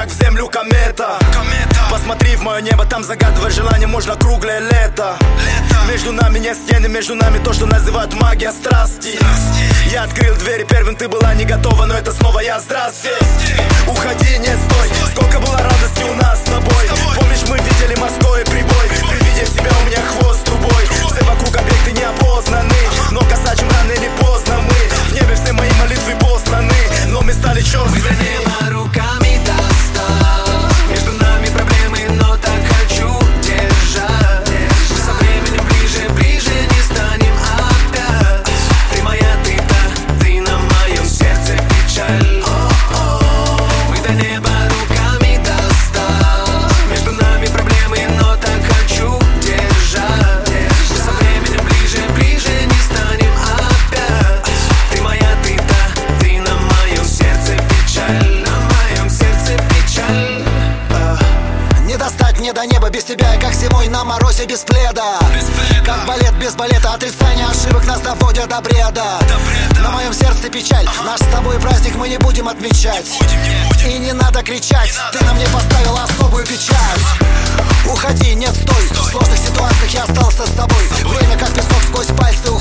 как в землю комета. Посмотри в мое небо, там загадывать желание можно круглое лето. Между нами нет стены, между нами то, что называют магия страсти. Я открыл двери первым, ты была не готова, но это снова я. Здравствуй. Уходи, не стой. Сколько было радости у нас с тобой. Помнишь, мы видели морской прибой. При виде тебя у меня хвост трубой. Все вокруг объекты неопознаны, но косачим рано или поздно мы. В небе все мои молитвы посланы, но мы стали черными. Мы до неба руками достать. Между нами проблемы, но так хочу держать. Мы со временем ближе, ближе не станем опять. Ты моя, ты та, ты на моем сердце печаль. Мы до неба руками достать. Между нами проблемы, но так хочу держать. Мы со временем ближе, ближе не станем опять. Ты моя, ты та, ты на моем сердце печаль. На моем сердце печаль. Не достать мне до неба без тебя, как зимой на морозе без пледа. Как балет без балета, отрицание ошибок нас доводят до бреда. На моем сердце печаль, наш с тобой праздник мы не будем отмечать. И не надо кричать, ты на мне поставила особую печать. Уходи, нет, стой, в сложных ситуациях я остался с тобой. Время как песок сквозь пальцы